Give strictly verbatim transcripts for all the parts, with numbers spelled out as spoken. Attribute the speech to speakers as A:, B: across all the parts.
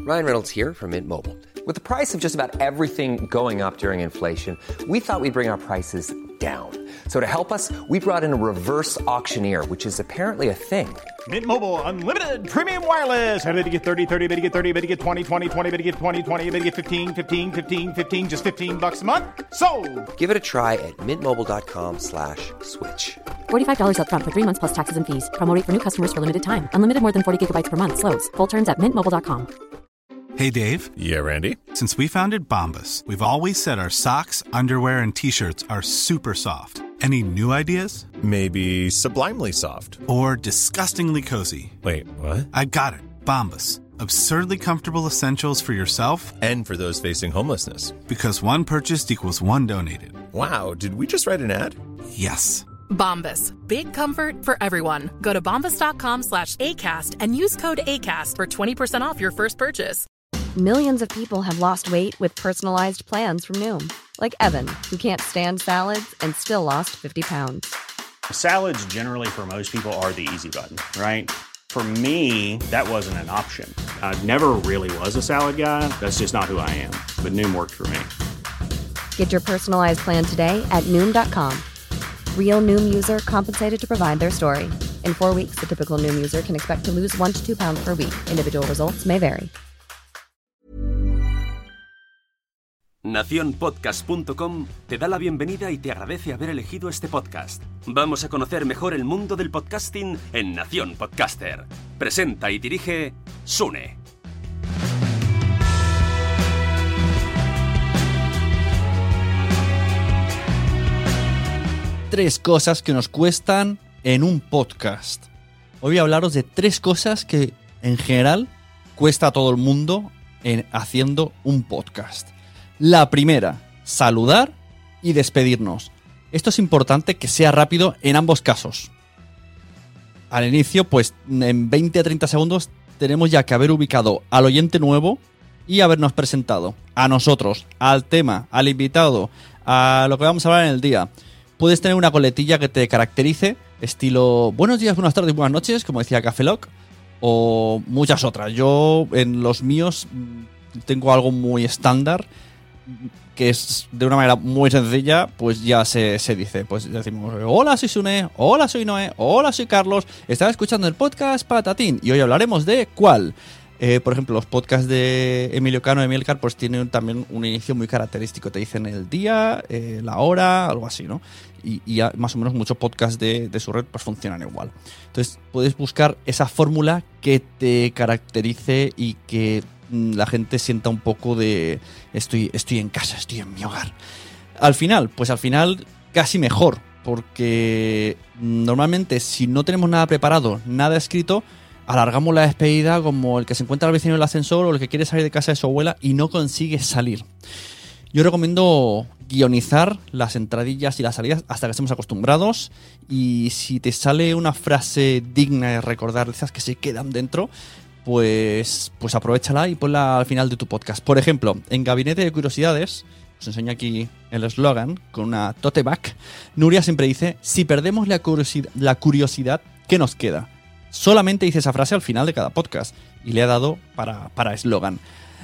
A: Ryan Reynolds here from Mint Mobile. With the price of just about everything going up during inflation, we thought we'd bring our prices down. So to help us, we brought in a reverse auctioneer, which is apparently a thing.
B: Mint Mobile Unlimited Premium Wireless. How to get thirty, thirty, how to get thirty, how to get twenty, twenty, twenty, how to get twenty, twenty, how to get fifteen, fifteen, fifteen, fifteen, just fifteen bucks a month? Sold!
A: Give it a try at mintmobile.com slash switch.
C: forty-five dollars up front for three months plus taxes and fees. Promo rate for new customers for limited time. Unlimited more than forty gigabytes per month. Slows full terms at mint mobile dot com.
D: Hey, Dave.
E: Yeah, Randy?
D: Since we founded Bombas, we've always said our socks, underwear, and T-shirts are super soft. Any new ideas?
E: Maybe sublimely soft.
D: Or disgustingly cozy.
E: Wait, what?
D: I got it. Bombas. Absurdly comfortable essentials for yourself
E: and for those facing homelessness.
D: Because one purchased equals one donated.
E: Wow, did we just write an ad?
D: Yes.
F: Bombas. Big comfort for everyone. Go to bombas.com slash ACAST and use code ACAST for twenty percent off your first purchase.
G: Millions of people have lost weight with personalized plans from Noom. Like Evan, who can't stand salads and still lost fifty pounds.
B: Salads generally for most people are the easy button, right? For me, that wasn't an option. I never really was a salad guy. That's just not who I am. But Noom worked for me.
G: Get your personalized plan today at Noom dot com. Real Noom user compensated to provide their story. In four weeks, the typical Noom user can expect to lose one to two pounds per week. Individual results may vary.
H: Nación Podcast punto com te da la bienvenida y te agradece haber elegido este podcast. Vamos a conocer mejor el mundo del podcasting en Nación Podcaster. Presenta y dirige Sune.
I: Tres cosas que nos cuestan en un podcast. Hoy voy a hablaros de tres cosas que en general cuesta a todo el mundo en haciendo un podcast. La primera, saludar y despedirnos. Esto es importante que sea rápido en ambos casos. Al inicio, pues en veinte a treinta segundos tenemos ya que haber ubicado al oyente nuevo y habernos presentado a nosotros, al tema, al invitado, a lo que vamos a hablar en el día. Puedes tener una coletilla que te caracterice, estilo buenos días, buenas tardes, buenas noches, como decía Café Lock, o muchas otras. Yo en los míos tengo algo muy estándar, que es de una manera muy sencilla, pues ya se, se dice. Pues decimos, hola, soy Sune, hola, soy Noé, hola, soy Carlos, estaba escuchando el podcast Patatín, y hoy hablaremos de ¿cuál? Eh, por ejemplo, los podcasts de Emilio Cano y Emilcar pues tienen también un inicio muy característico. Te dicen el día, eh, la hora, algo así, ¿no? Y, y ya, más o menos muchos podcasts de, de su red pues funcionan igual. Entonces puedes buscar esa fórmula que te caracterice y que mm, la gente sienta un poco de estoy, estoy en casa, estoy en mi hogar. Al final, pues al final casi mejor, porque normalmente si no tenemos nada preparado, nada escrito, alargamos la despedida como el que se encuentra al vecino en el ascensor o el que quiere salir de casa de su abuela y no consigue salir. Yo recomiendo guionizar las entradillas y las salidas hasta que estemos acostumbrados, y si te sale una frase digna de recordar, esas que se quedan dentro, pues, pues aprovechala y ponla al final de tu podcast. Por ejemplo, en Gabinete de Curiosidades, os enseño aquí el eslogan con una tote bag, Nuria siempre dice, si perdemos la curiosidad, la curiosidad, ¿qué nos queda? Solamente dice esa frase al final de cada podcast y le he dado para para eslogan.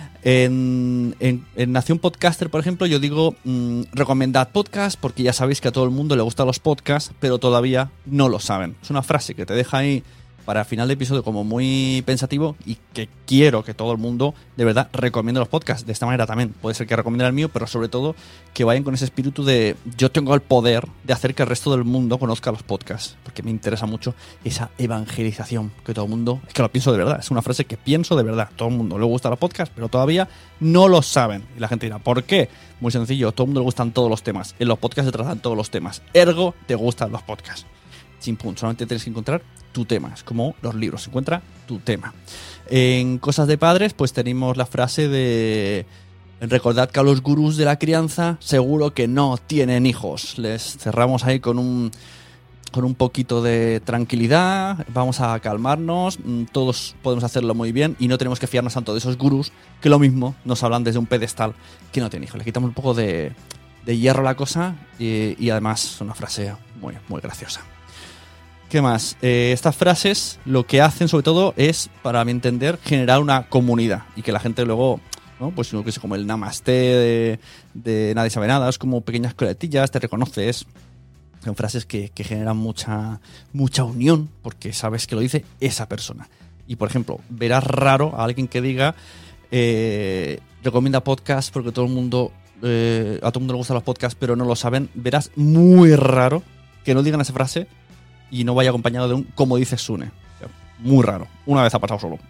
I: En, en, en Nación Podcaster, por ejemplo, yo digo mmm, recomendad podcast porque ya sabéis que a todo el mundo le gustan los podcasts, pero todavía no lo saben. Es una frase que te deja ahí para final de episodio como muy pensativo y que quiero que todo el mundo de verdad recomiende los podcasts. De esta manera también puede ser que recomienden el mío, pero sobre todo que vayan con ese espíritu de yo tengo el poder de hacer que el resto del mundo conozca los podcasts, porque me interesa mucho esa evangelización, que todo el mundo, es que lo pienso de verdad, es una frase que pienso de verdad, todo el mundo le gusta los podcasts, pero todavía no lo saben. Y la gente dirá, ¿por qué? Muy sencillo, a todo el mundo le gustan todos los temas, en los podcasts se tratan todos los temas, ergo te gustan los podcasts. Sin punto, solamente tienes que encontrar tu tema. Es como los libros, encuentra tu tema. En Cosas de Padres, pues tenemos la frase de recordad que a los gurús de la crianza seguro que no tienen hijos. Les cerramos ahí con un con un poquito de tranquilidad, vamos a calmarnos, todos podemos hacerlo muy bien y no tenemos que fiarnos tanto de esos gurús que lo mismo nos hablan desde un pedestal que no tienen hijos. Le quitamos un poco de, de hierro a la cosa y, y además es una frase muy, muy graciosa. ¿Qué más? Eh, estas frases lo que hacen sobre todo es, para mi entender, generar una comunidad y que la gente luego, ¿no? Pues yo que sé, como el namaste de, de nadie sabe nada, es como pequeñas coletillas, te reconoces. Son frases que, que generan mucha, mucha unión porque sabes que lo dice esa persona. Y por ejemplo, verás raro a alguien que diga eh, recomienda podcast porque todo el mundo eh, a todo el mundo le gustan los podcasts pero no lo saben. Verás muy raro que no digan esa frase y no vaya acompañado de un como dice Sune. O sea, muy raro. Una vez ha pasado solo.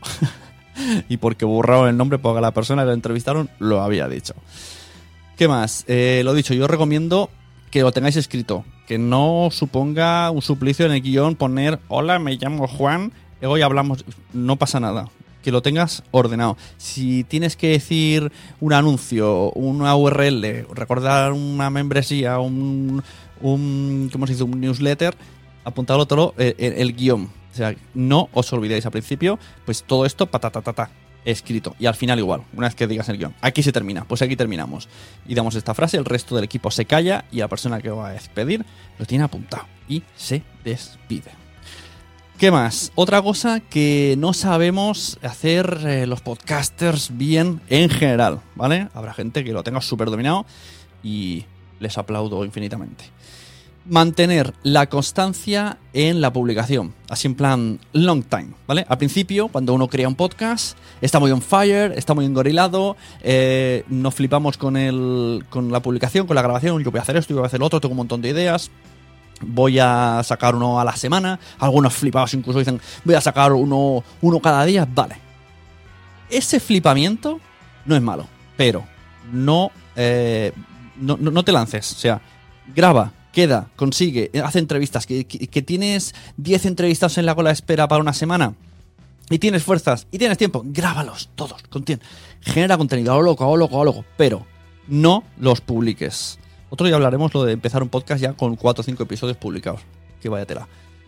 I: Y porque borraron el nombre porque la persona que lo entrevistaron lo había dicho. ¿Qué más? Eh, lo dicho, yo recomiendo que lo tengáis escrito. Que no suponga un suplicio en el guión poner hola, me llamo Juan, hoy hablamos. No pasa nada. Que lo tengas ordenado. Si tienes que decir un anuncio, una U R L, recordar una membresía, un, un ¿cómo se dice? Un newsletter, apuntadlo todo el, el, el guión. O sea, no os olvidéis al principio, pues todo esto patatatata, escrito. Y al final igual, una vez que digas el guión. Aquí se termina, pues aquí terminamos. Y damos esta frase, el resto del equipo se calla y la persona que va a despedir lo tiene apuntado. Y se despide. ¿Qué más? Otra cosa que no sabemos hacer eh, los podcasters bien en general, ¿vale? Habrá gente que lo tenga súper dominado y les aplaudo infinitamente. Mantener la constancia en la publicación, así en plan long time, ¿vale? Al principio, cuando uno crea un podcast, está muy on fire, está muy engorilado, eh, nos flipamos con, el, con la publicación, con la grabación, yo voy a hacer esto, yo voy a hacer lo otro, tengo un montón de ideas, voy a sacar uno a la semana, algunos flipados incluso dicen, voy a sacar uno, uno cada día, vale. Ese flipamiento no es malo, pero no, eh, no, no, no te lances, o sea, graba, queda, consigue, hace entrevistas, que, que, que tienes diez entrevistas en la cola de espera para una semana y tienes fuerzas y tienes tiempo, grábalos todos, contiene, genera contenido, a lo loco, a lo loco, a lo loco, pero no los publiques. Otro día hablaremos lo de empezar un podcast ya con cuatro o cinco episodios publicados, que vaya tela.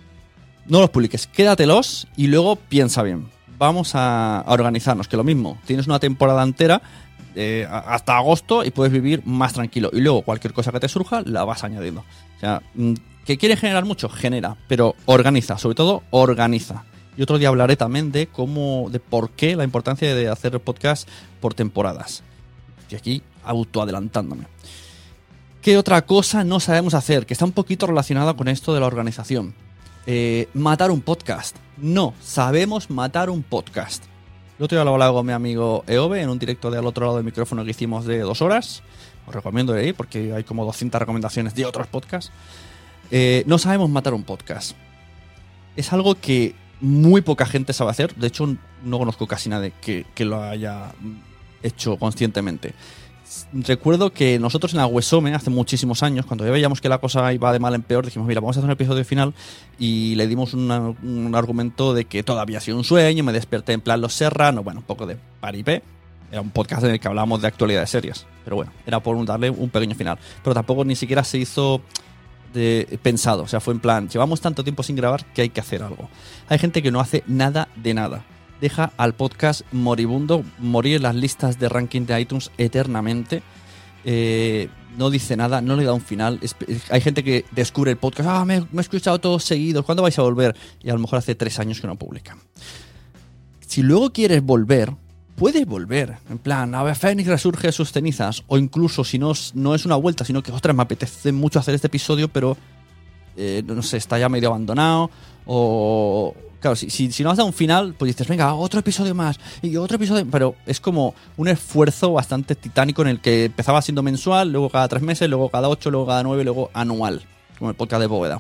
I: No los publiques, quédatelos y luego piensa bien. Vamos a, a organizarnos, que lo mismo, tienes una temporada entera Eh, hasta agosto y puedes vivir más tranquilo y luego cualquier cosa que te surja la vas añadiendo. O sea, ¿que quieres generar mucho? Genera, pero organiza, sobre todo organiza. Y otro día hablaré también de cómo, de por qué la importancia de hacer podcast por temporadas. Y aquí autoadelantándome. ¿Qué otra cosa no sabemos hacer? Que está un poquito relacionada con esto de la organización. Eh, matar un podcast. No sabemos matar un podcast. El otro día lo hablaba con mi amigo Eove en un directo de al otro lado del micrófono que hicimos de dos horas. Os recomiendo ir porque hay como doscientas recomendaciones de otros podcasts. Eh, no sabemos matar un podcast. Es algo que muy poca gente sabe hacer. De hecho, no conozco casi nadie que, que lo haya hecho conscientemente. Recuerdo que nosotros en la Wesome, hace muchísimos años, cuando ya veíamos que la cosa iba de mal en peor, dijimos, mira, vamos a hacer un episodio final y le dimos una, un argumento de que todavía ha sido un sueño, me desperté en plan Los Serrano, bueno, un poco de paripé. Era un podcast en el que hablábamos de actualidades serias, pero bueno, era por darle un pequeño final. Pero tampoco ni siquiera se hizo de, pensado, o sea, fue en plan, llevamos tanto tiempo sin grabar que hay que hacer algo. Hay gente que no hace nada de nada. Deja al podcast moribundo morir en las listas de ranking de iTunes eternamente. Eh, no dice nada, no le da un final. Es, hay gente que descubre el podcast. Ah, me, me he escuchado todos seguidos. ¿Cuándo vais a volver? Y a lo mejor hace tres años que no publican. Si luego quieres volver, puedes volver. En plan, a ver, Fénix resurge de sus cenizas. O incluso si no, no es una vuelta, sino que, ostras, me apetece mucho hacer este episodio, pero eh, no sé, está ya medio abandonado. O... Claro, si, si, si no has dado un final, pues dices, venga, otro episodio más, y otro episodio, pero es como un esfuerzo bastante titánico en el que empezaba siendo mensual, luego cada tres meses, luego cada ocho, luego cada nueve, luego anual, como el podcast de Bóveda.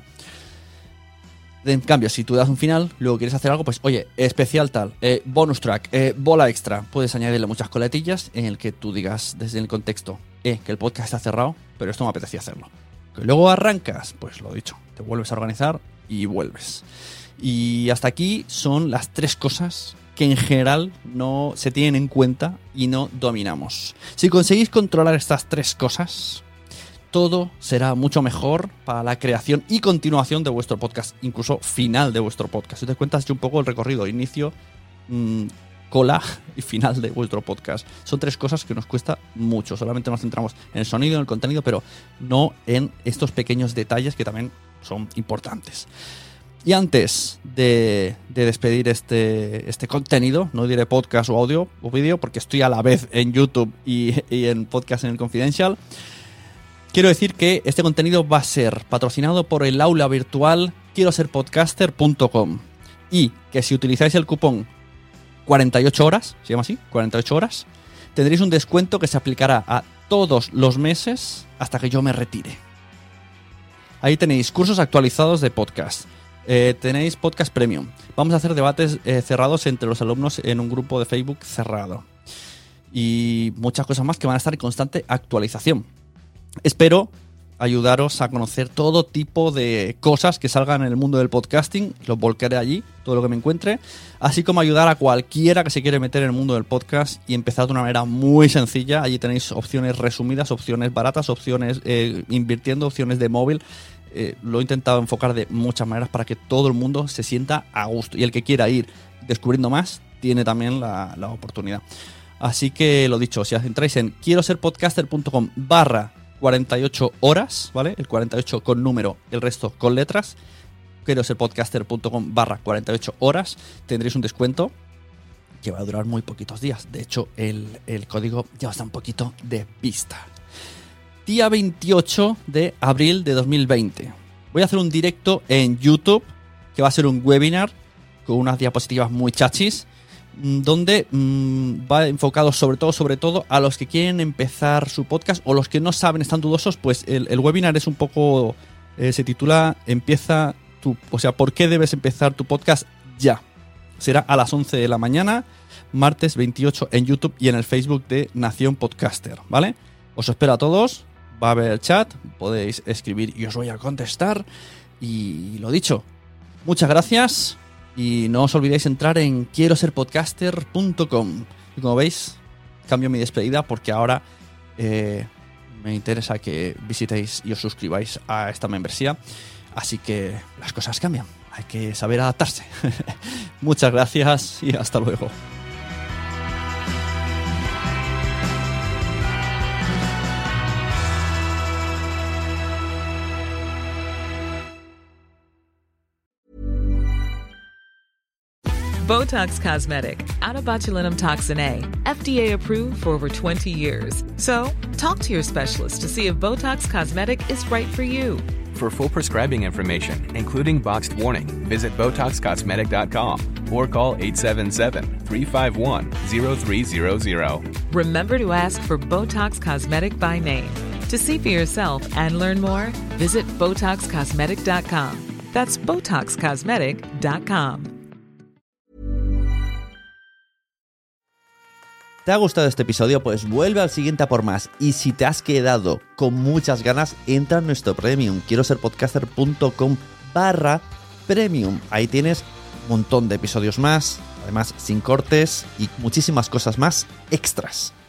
I: En cambio, si tú das un final, luego quieres hacer algo, pues oye, especial tal, eh, bonus track, eh, bola extra, puedes añadirle muchas coletillas en el que tú digas desde el contexto, eh, que el podcast está cerrado, pero esto me apetecía hacerlo. Que luego arrancas, pues lo dicho, te vuelves a organizar y vuelves. Y hasta aquí son las tres cosas que en general no se tienen en cuenta y no dominamos. Si conseguís controlar estas tres cosas, todo será mucho mejor para la creación y continuación de vuestro podcast, incluso final de vuestro podcast. Si te cuentas un poco el recorrido, inicio, mmm, cola y final de vuestro podcast. Son tres cosas que nos cuesta mucho. Solamente nos centramos en el sonido, en el contenido, pero no en estos pequeños detalles que también son importantes. Y antes de, de despedir este, este contenido, no diré podcast o audio o vídeo, porque estoy a la vez en YouTube y, y en Podcast en el Confidencial, quiero decir que este contenido va a ser patrocinado por el aula virtual quiero ser podcaster punto com y que si utilizáis el cupón cuarenta y ocho horas, se llama así, cuarenta y ocho horas, tendréis un descuento que se aplicará a todos los meses hasta que yo me retire. Ahí tenéis cursos actualizados de podcast. Eh, tenéis podcast premium. Vamos a hacer debates eh, cerrados entre los alumnos en un grupo de Facebook cerrado. Y muchas cosas más que van a estar en constante actualización. Espero ayudaros a conocer todo tipo de cosas que salgan en el mundo del podcasting. Los volcaré allí, todo lo que me encuentre. Así como ayudar a cualquiera que se quiere meter en el mundo del podcast y empezar de una manera muy sencilla. Allí tenéis opciones resumidas, opciones baratas, opciones eh, invirtiendo, opciones de móvil. Eh, lo he intentado enfocar de muchas maneras para que todo el mundo se sienta a gusto. Y el que quiera ir descubriendo más, tiene también la, la oportunidad. Así que lo dicho, si entráis en quiero ser podcaster punto com barra cuarenta y ocho horas, ¿vale? El cuarenta y ocho con número, el resto con letras. quiero ser podcaster punto com barra cuarenta y ocho horas. Tendréis un descuento que va a durar muy poquitos días. De hecho, el, el código ya os da un poquito de pista. Día veintiocho de abril de dos mil veinte. Voy a hacer un directo en YouTube, que va a ser un webinar con unas diapositivas muy chachis, donde mmm, va enfocado sobre todo, sobre todo a los que quieren empezar su podcast o los que no saben, están dudosos. Pues el, el webinar es un poco, eh, se titula Empieza tu, o sea, ¿por qué debes empezar tu podcast ya? Será a las once de la mañana, martes veintiocho en YouTube y en el Facebook de Nación Podcaster, ¿vale? Os espero a todos. Va a haber chat, podéis escribir y os voy a contestar. Y lo dicho, muchas gracias y no os olvidéis entrar en quiero ser podcaster punto com. Y como veis, cambio mi despedida porque ahora eh, me interesa que visitéis y os suscribáis a esta membresía. Así que las cosas cambian, hay que saber adaptarse. Muchas gracias y hasta luego.
J: Botox Cosmetic, out of botulinum toxin A, F D A approved for over twenty years. So, talk to your specialist to see if Botox Cosmetic is right for you.
K: For full prescribing information, including boxed warning, visit Botox Cosmetic dot com or call eight seven seven, three five one, zero three zero zero.
J: Remember to ask for Botox Cosmetic by name. To see for yourself and learn more, visit Botox Cosmetic dot com. That's Botox Cosmetic dot com.
I: ¿Te ha gustado este episodio? Pues vuelve al siguiente a por más. Y si te has quedado con muchas ganas, entra en nuestro Premium. quiero ser podcaster punto com barra Premium. Ahí tienes un montón de episodios más, además sin cortes y muchísimas cosas más extras.